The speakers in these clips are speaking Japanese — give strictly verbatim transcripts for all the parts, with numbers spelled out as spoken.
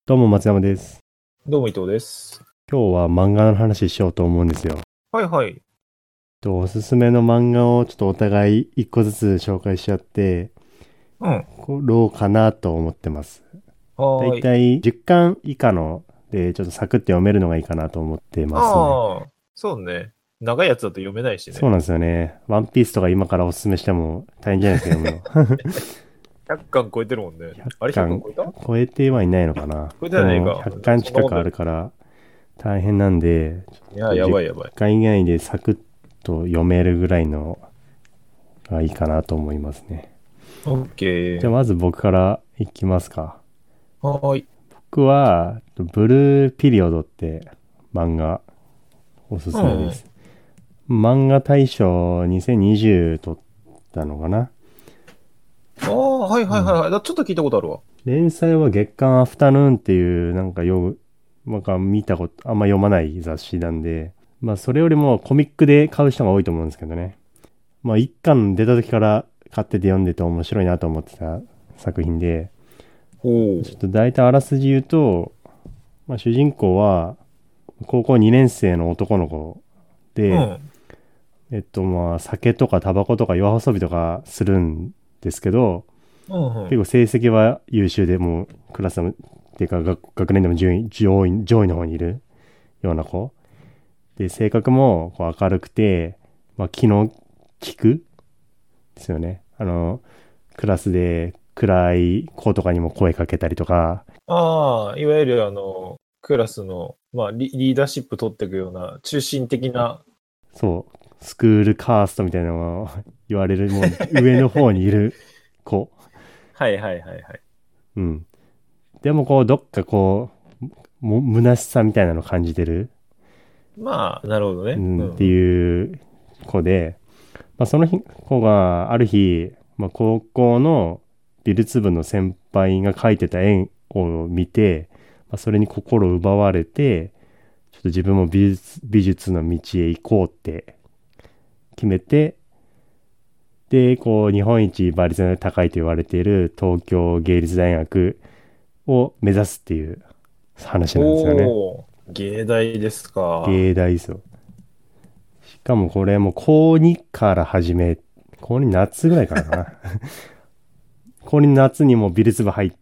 どうも松山です。 どうも伊藤です。 今日は漫画の話しようと思うんですよ。 はいはい。 とおすすめの漫画をちょっとお互い一個ずつ紹介し合ってうん。 こうどうかなと思ってます。だいはーい。 たいじゅっかん以下のでちょっとサクッて読めるのがいいかなと思ってますね。 ああ、そうね。長いやつだと読めないしね。 そうなんですよね。ワンピースとか今からおすすめしても大変じゃないですか、読むの。 ひゃっかん超えてるもんね。あれ 100 ひゃっかん巻超えた超えてはいないのかな。 超えてでもはないか。 ひゃっかん近くあそんなもんだよ。 るから大変なんで、 いや、 ちょっと10 やばいやばい。 巻以内でサクッと読めるぐらいのがいいかなと思いますね。 オッケー。 じゃあまず僕からいきますか。 はーい。 僕はブルーピリオドって漫画おすうん。 すめです。漫画大賞にせんにじゅう取ったのかな。 ああ、はいうん。 はいはいはい。だちょっと聞いたことあるわ。 連載は月刊アフタヌーンっていうなんか読む、なんか見たこと、あんま読まない雑誌なんで、まあそれよりもコミックで買う人が多いと思うんですけどね。まあ一巻出た時から買ってて読んでて面白いなと思ってた作品で、 おお。 ちょっと大体あらすじ言うと、まあ、主人公は高校にねん生の男の子で、 うん。 えっとまあ酒とかタバコとか夜遊びとかするんですけど、 うんうん。 結構成績は優秀で、もうクラスのっていうか学学年でも順位上位上位の方にいるような子で、性格もこう明るくて、まあ、気の利くですよね。あのクラスで暗い子とかにも声かけたりとか、 ああ、いわゆるあの、クラスの、まあリ、リーダーシップ取っていくような中心的な。 そうスクールカーストみたいなのを言われる、もう上の方にいる子。 はいはいはいはい。 うん。でもこう、どっかこう、も、虚しさみたいなのを感じてる、 まあ、なるほどね。ううん、ってんうん。 いう子で、まあ、その日子がある日、まあ、高校の美術部の先輩が描いてた絵を見て、まあ、それに心を奪われて、ちょっと自分も美術、美術の道へ行こうって決めて、で、こう、日本一倍率が高いと言われている東京芸術大学を目指すっていう話なんですよね。 おー、芸大ですか。 芸大ですよ。しかもこれもう高にから始め、高に夏ぐらいからかな。高に夏にも美術部入って、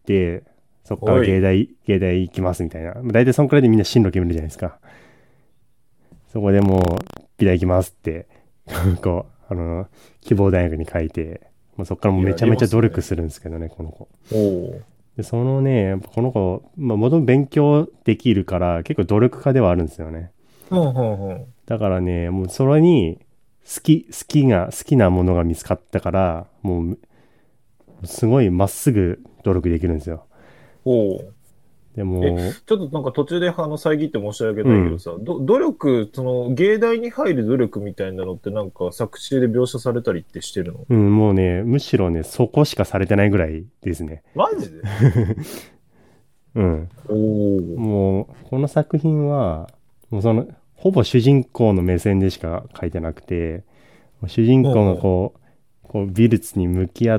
そっからおい。 芸大、芸大行きますみたいな。大体そんくらいでみんな進路決めるじゃないですか。そこでもう美大行きますって、こう、あの、希望大学に書いて、もうそっからもうめやちゃめちゃりますね。 努力するんですけどね、この子。 おお。 で、そのね、この子、まあ、もともと勉強できるから、結構努力家ではあるんですよね。 うん、うん、うん。 だからね、もうそれに、好き、好きが、好きなものが見つかったから、もう、すごいまっすぐ努力できるんですよ。 おお。 でえ、 も、 ちょっとなんか途中であの遮って申し訳うん。 ないけどさ、ど、努力、その芸大に入る努力みたいなのってなんか作中で描写されたりってしてるの？ うん、もうね、むしろね、そこしかされてないぐらいですね。 マジで？ うん。 おお。 もう、この作品は、もうその、ほぼ主人公の目線でしか書いてなくて、主人公がうん、うん。 こう、こう美術に向き合って、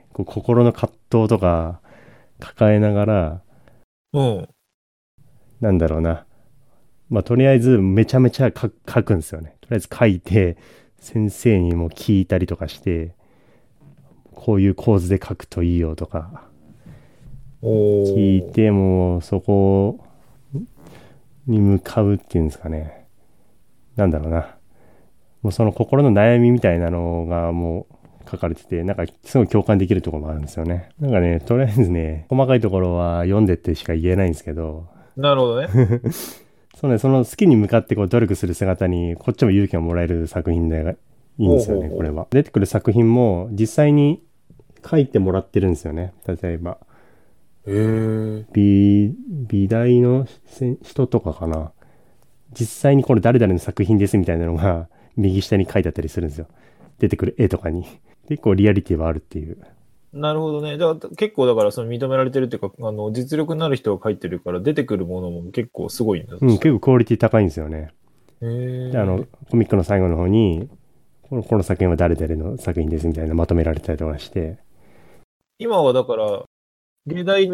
こう心の葛藤とか抱えながら、 うん。 なんだろうな。まあ、とりあえずめちゃめちゃ書書くんですよね。とりあえず書いて、先生にも聞いたりとかして、こういう構図で書くといいよとか、 おお。 聞いて、もうそこに向かうっていうんですかね。なんだろうな。もうその心の悩みみたいなのがもう書かれてて、なんかすごい共感できるところもあるんですよね。なんかね、とりあえずね、細かいところは読んでってしか言えないんですけど、 なるほどね。 そうね、その好きに向かってこう努力する姿にこっちも勇気をもらえる作品でいいんでほうすよね、これほうほは。出てくる作品も実際に書いてもらってるんですよね。例えば、 う。へえ。 美、美大の人とかかな。実際にこれ誰々の作品ですみたいなのが右下に書いてあったりするんですよ。出てくる絵とかに。結構リアリティはあるっていう。 なるほどね。だから結構だからその認められてるっていうか、あの、実力のある人が書いてるから出てくるものも結構すごいんだうん、 としたら。 結構クオリティ高いんですよね。 へで、あの、 え。 コミックの最後の方に、このこの作品は誰々の作品ですみたいなまとめられたりとかして、 今はだから、芸大目指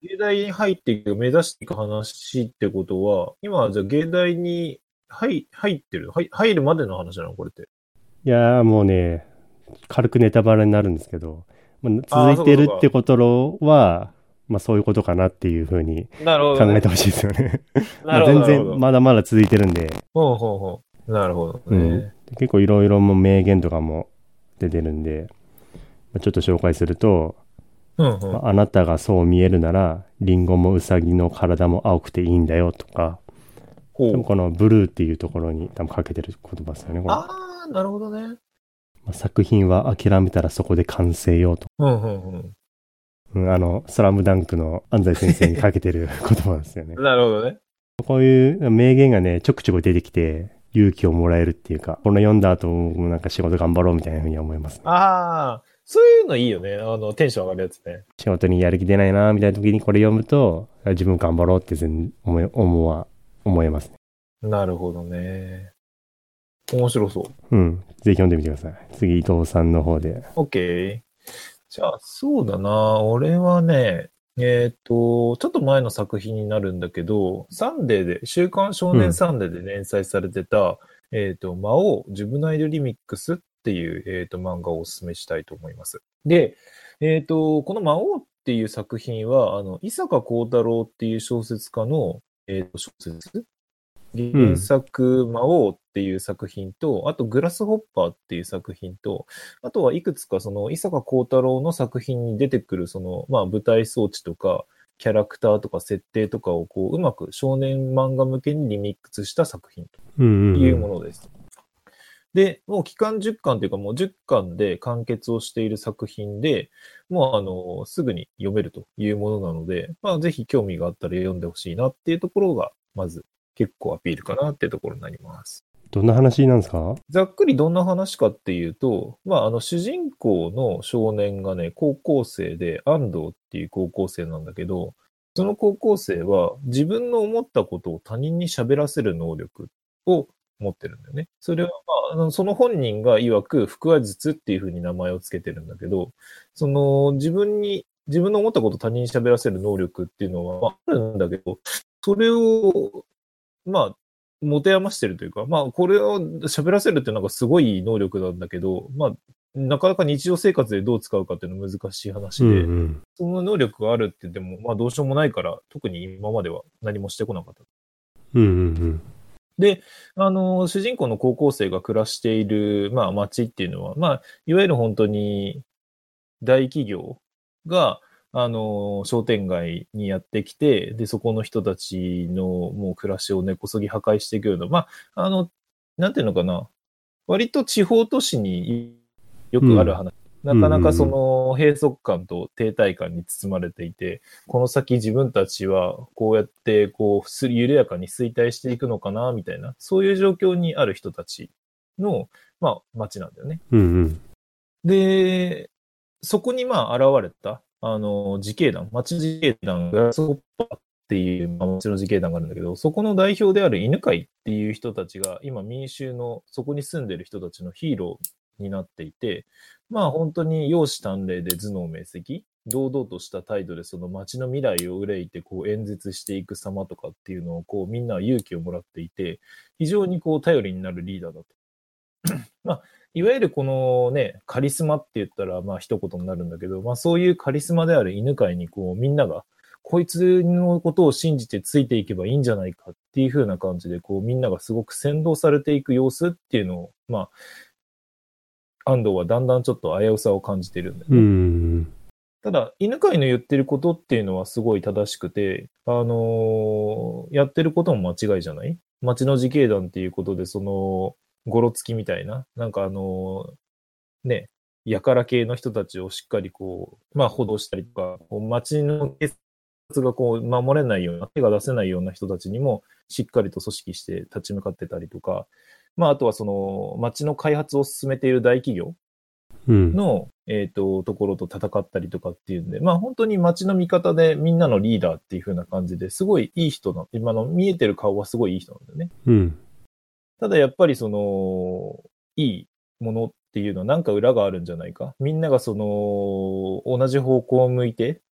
芸大に入っていく、目指していく話ってことは、今はじゃあ芸大に入入ってる、入入るまでの話なのこれって。 いやーもうね、軽くネタバレになるんですけど、まあ、 ああ、 続いてるってそうかそうか。 ことは、まあそういうことかなっていうふうになるほどね。 考えてほしいですよね。まあなるほど、 全然なるほど。 まだまだ続いてるんで、 ほうほうほう。なるほどうん。 ね。 結構いろいろもう名言とかも出てるんで、まあちょっと紹介すると、 うんうん。 まあ、あなたがそう見えるなら、リンゴもウサギの体も青くていいんだよとか、多分ほう。 このブルーっていうところに多分かけてる言葉ですよね、これ。 ああ、なるほどね。 まあ、作品は諦めたらそこで完成よと。 うんうんうん。 うん、あの、スラムダンクの安西先生にかけてる言葉ですよね。 なるほどね。 こういう名言がね、ちょくちょく出てきて、勇気をもらえるっていうか、この読んだ後、もうなんか仕事頑張ろうみたいなふうに思いますね。 ああ、そういうのいいよね。あの、テンション上がるやつね。 仕事にやる気出ないな、みたいな時にこれ読むと、自分頑張ろうって全然思い、思わ、思えますね。 なるほどね。面白そう。 うん。ぜひ読んでみてください。次、伊藤さんの方で。 OK。じゃあ、そうだな。俺はね、えっと、ちょっと前の作品になるんだけど、サンデーで、週刊少年うん。 サンデーで連載されてた、えっと、魔王ジュブナイルリミックスっていう、えっと、漫画をお勧めしたいと思います。で、えっと、この魔王っていう作品は、あの、伊坂幸太郎っていう小説家の、えっと、小説原うん。 作、魔王っていう作品と、あとグラスホッパーっていう作品と、あとはいくつかその伊坂幸太郎の作品に出てくるその、まあ舞台装置とか、キャラクターとか設定とかをこう、うまく少年漫画向けにリミックスした作品うんうんというもうん。 のです。で、もう期間じゅっかんというかもうじゅっかんで完結をしている作品で、もうあの、すぐに読めるというものなので、まあぜひ興味があったら読んでほしいなっていうところが、まず結構アピールかなっていうところになります。 どんな話なんですか？ ざっくりどんな話かっていうと、まああの主人公の少年がね、高校生で安藤っていう高校生なんだけど、その高校生は自分の思ったことを他人に喋らせる能力を持ってるんだよね。それは、まあ、あのその本人が曰く腹話術っていうふうに名前をつけてるんだけど、その自分に、自分の思ったことを他人に喋らせる能力っていうのはまああるんだけど、それを、まあ、持て余してるというか、まあ、これを喋らせるってなんかすごい能力なんだけど、まあ、なかなか日常生活でどう使うかっていうのは難しい話うんうで、 ん。 その能力があるって言っても、まあどうしようもないから、特に今までは何もしてこなかった。 うんうんで、あの、主人公の高校生が暮らしている、まあ街っていうのは、まあ、いわゆる本当に大企業が、あの、商店街にやってきて、で、そこの人たちのもう暮らしを根こそぎ破壊していくような、まあ、あの、なんていうのかな、割と地方都市にようん。うん。 くある話。なうんかなかそうんうん。 の閉塞感と停滞感に包まれていて、この先自分たちはこうやってこう、す緩やかに衰退していくのかな、みたいな、そういう状況にある人たちの、まあ、街なんだよね。 うんうん。 で、そこにまあ現れた、あの、自警団、町自警団、グラスホッパーっていうまあ町の自警団があるんだけど、そこの代表である犬飼っていう人たちが、今民衆の、そこに住んでる人たちのヒーローになっていて、まあ本当に容姿端麗で頭脳明晰、堂々とした態度でその町の未来を憂いてこう演説していく様とかっていうのをこうみんなは勇気をもらっていて、非常にこう頼りになるリーダーだと。まあ、いわゆるこのね、カリスマって言ったら、まあ一言になるんだけど、まあそういうカリスマである犬飼にこうみんなが、こいつのことを信じてついていけばいいんじゃないかっていう風な感じで、こうみんながすごく先導されていく様子っていうのを、まあ、安藤はだんだんちょっと危うさを感じているんだようんうね。 ん。 ただ、犬飼の言ってることっていうのはすごい正しくて、あのーやってることも間違いじゃない？町の自警団っていうことで、その、ゴロつきみたいな、なんかあのーね、やから系の人たちをしっかりこう、まあ、補導したりとか、こう町の警察がこう、守れないような、手が出せないような人たちにも、しっかりと組織して立ち向かってたりとか、まあ、あとはその、町の開発を進めている大企業うん。 の、えっと、ところと戦ったりとかっていうんで、まあ本当に街の味方でみんなのリーダーっていう風な感じですごいいい人な、今の見えてる顔はすごいいい人なんだよね。 うん。 ただやっぱりその、いいものっていうのはなんか裏があるんじゃないか。みんながその、同じ方向を向いて、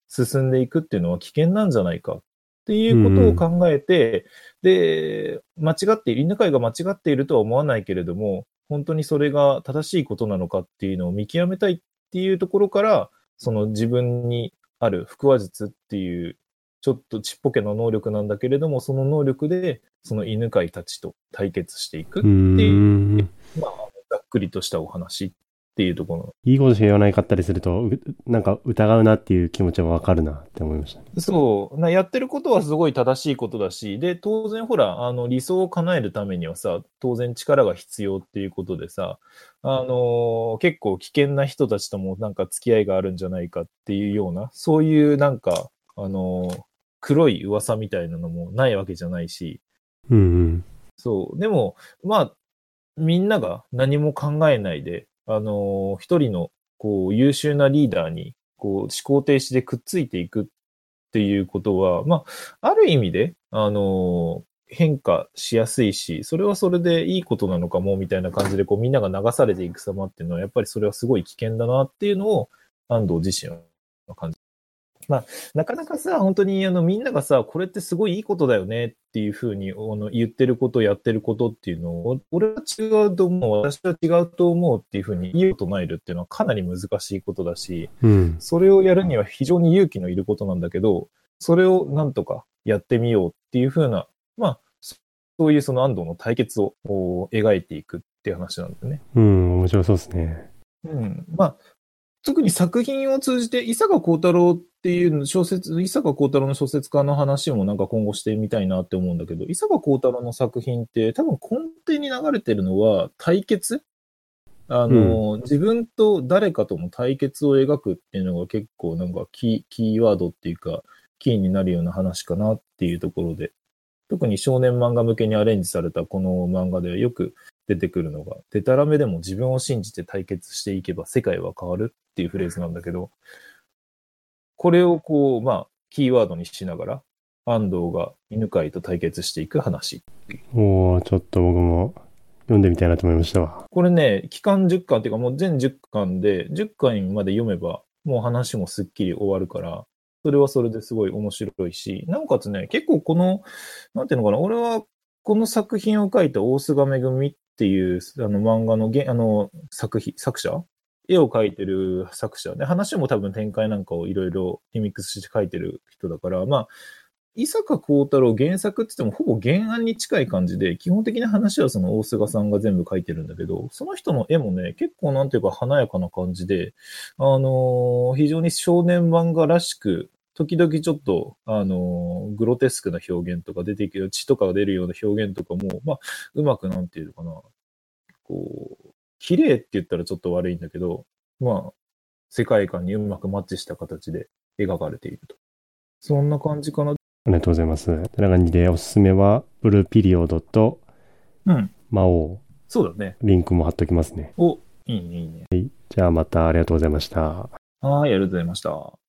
進んでいくっていうのは危険なんじゃないかっていうことを考えて、うん、で、間違っている、犬飼が間違っているとは思わないけれども、本当にそれが正しいことなのかっていうのを見極めたいっていうところから、その自分にある腹話術っていう、ちょっとちっぽけな能力なんだけれども、その能力で、その犬飼たちと対決していくっていう、まあ、ざっくりとしたお話っていうところ。 いいことしか言わないかったりすると、なんか疑うなっていう気持ちはわかるなって思いました、ね。 そうな。やってることはすごい正しいことだし、で、当然ほら、あの、理想を叶えるためにはさ、当然力が必要っていうことでさ、あのー、結構危険な人たちともなんか付き合いがあるんじゃないかっていうような、そういうなんか、あのー、黒い噂みたいなのもないわけじゃないし。 うんうん。 そう。でも、まあ、みんなが何も考えないで、あのー、一人の、こう、優秀なリーダーに、こう、思考停止でくっついていくっていうことは、まあ、ある意味で、あのー、変化しやすいし、それはそれでいいことなのかも、みたいな感じで、こう、みんなが流されていく様っていうのは、やっぱりそれはすごい危険だなっていうのを、安藤自身は感じ。まあ、なかなかさ、本当にあのみんながさ、これってすごいいいことだよねっていうふうにあの言ってること、やってることっていうのを、俺は違うと思う、私は違うと思うっていうふうに言い唱えるっていうのはかなり難しいことだし、 うん、それをやるには非常に勇気のいることなんだけど、それをなんとかやってみようっていうふうな、まあ、そういうその安藤の対決を描いていくっていう話なんだよね。 うん、面白そうですね。 うん。まあ、特に作品を通じて、伊坂幸太郎っていう小説、伊坂幸太郎の小説家の話もなんか今後してみたいなって思うんだけど、伊坂幸太郎の作品って多分根底に流れてるのは対決あの、うん、自分と誰かとの対決を描くっていうのが結構なんかキー、キーワードっていうか、キーになるような話かなっていうところで、特に少年漫画向けにアレンジされたこの漫画ではよく出てくるのが、デタラメでも自分を信じて対決していけば世界は変わるっていうフレーズなんだけど、これをこう、まあ、キーワードにしながら、安藤が犬飼と対決していく話。 おー、ちょっと僕も読んでみたいなと思いましたわ。 これね、期間じゅっかんっていうかもう全じゅっかんで、じゅっかんまで読めば、もう話もすっきり終わるから、それはそれですごい面白いし、なおかつね、結構この、なんていうのかな、俺はこの作品を書いた大菅めぐみっていうあの漫画のあの作品、作者絵を描いてる作者で、話も多分展開なんかをいろいろリミックスして描いてる人だから、まあ、伊坂幸太郎原作って言ってもほぼ原案に近い感じで、基本的な話はその大菅さんが全部書いてるんだけど、その人の絵もね、結構なんていうか華やかな感じで、あのー、非常に少年漫画らしく、時々ちょっと、あのー、グロテスクな表現とか出てくる、血とかが出るような表現とかも、まあ、うまくなんていうのかな、こう、綺麗って言ったらちょっと悪いんだけど、まあ、世界観にうまくマッチした形で描かれていると。そんな感じかな。 ありがとうございます。てな感じで、おすすめは、ブルーピリオドと、 うん。 魔王。 そうだね。 リンクも貼っときますね。 お、いいね、いいね。 はい。じゃあまたありがとうございました。 はい、ありがとうございました。